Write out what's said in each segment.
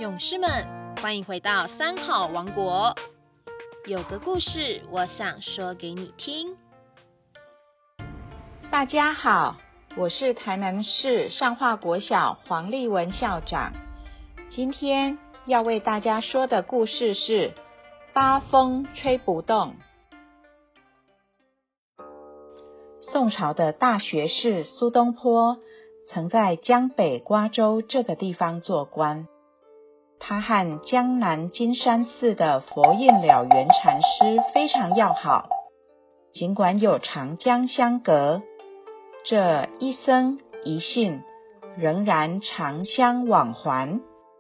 勇士们，欢迎回到三好王国。有个故事，我想说给你听。 大家好，我是台南市上化国小黄丽文校长。今天要为大家说的故事是八风吹不动。宋朝的大学士苏东坡曾在江北瓜州这个地方做官，他和江南金山寺的佛印了缘禅师非常要好，尽管有长江相隔，这一僧一信仍然常相往还。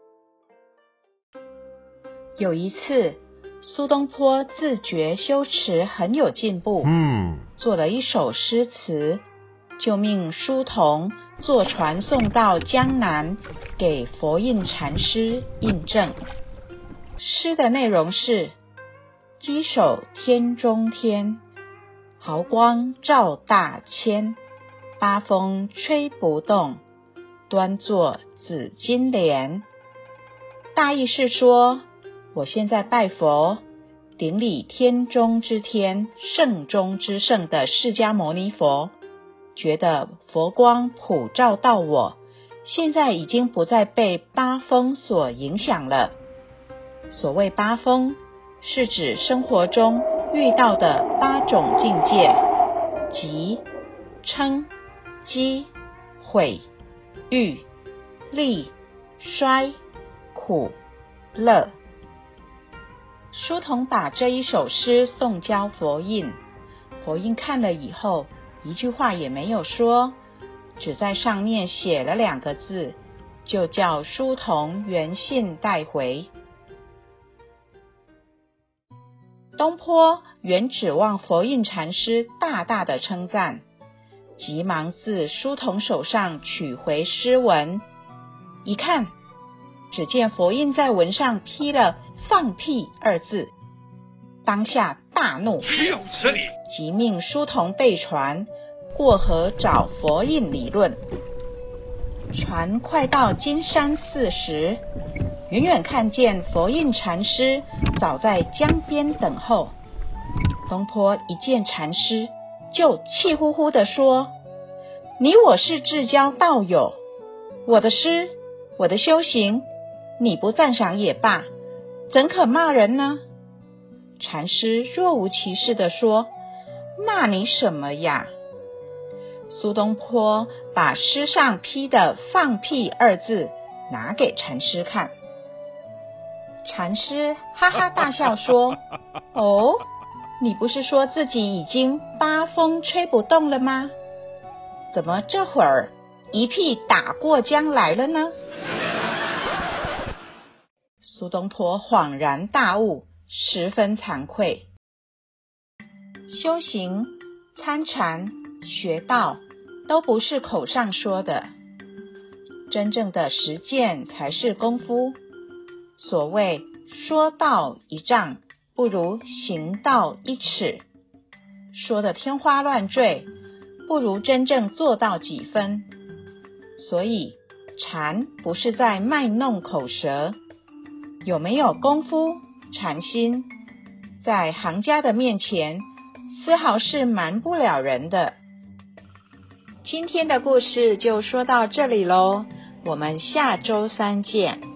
有一次，苏东坡自觉修持很有进步，做了一首诗词，就命书童坐船送到江南给佛印禅师印证。诗的内容是：稽首天中天，毫光照大千，八风吹不动，端坐紫金莲。大意是说，我现在拜佛，顶礼天中之天、圣中之圣的释迦牟尼佛，觉得佛光普照到我，现在已经不再被八风所影响了。所谓八风，是指生活中遇到的八种境界，即嗔、饥、悔、欲、利、衰、苦、乐。书童把这一首诗送交佛印，佛印看了以后，一句话也没有说，只在上面写了2个字，就叫书童原信带回。东坡原指望佛印禅师大大的称赞，急忙自书童手上取回诗文，一看，只见佛印在文上批了放屁2字，当下大怒，即命书童备船过河找佛印理论。船快到金山寺时，远远看见佛印禅师早在江边等候。东坡一见禅师，就气呼呼地说：你我是至交道友，我的诗，我的修行，你不赞赏也罢，怎可骂人呢？禅师若无其事地说：骂你什么呀？苏东坡把诗上批的放屁2字拿给禅师看，禅师哈哈大笑说：哦，你不是说自己已经八风吹不动了吗？怎么这会儿一屁打过江来了呢？苏东坡恍然大悟，十分惭愧。修行、参禅、学道都不是口上说的，真正的实践才是功夫。所谓说道1丈，不如行道1尺。说的天花乱坠，不如真正做到几分。所以禅不是在卖弄口舌，有没有功夫、禅心，在行家的面前丝毫是瞒不了人的。今天的故事就说到这里咯，我们下周3见。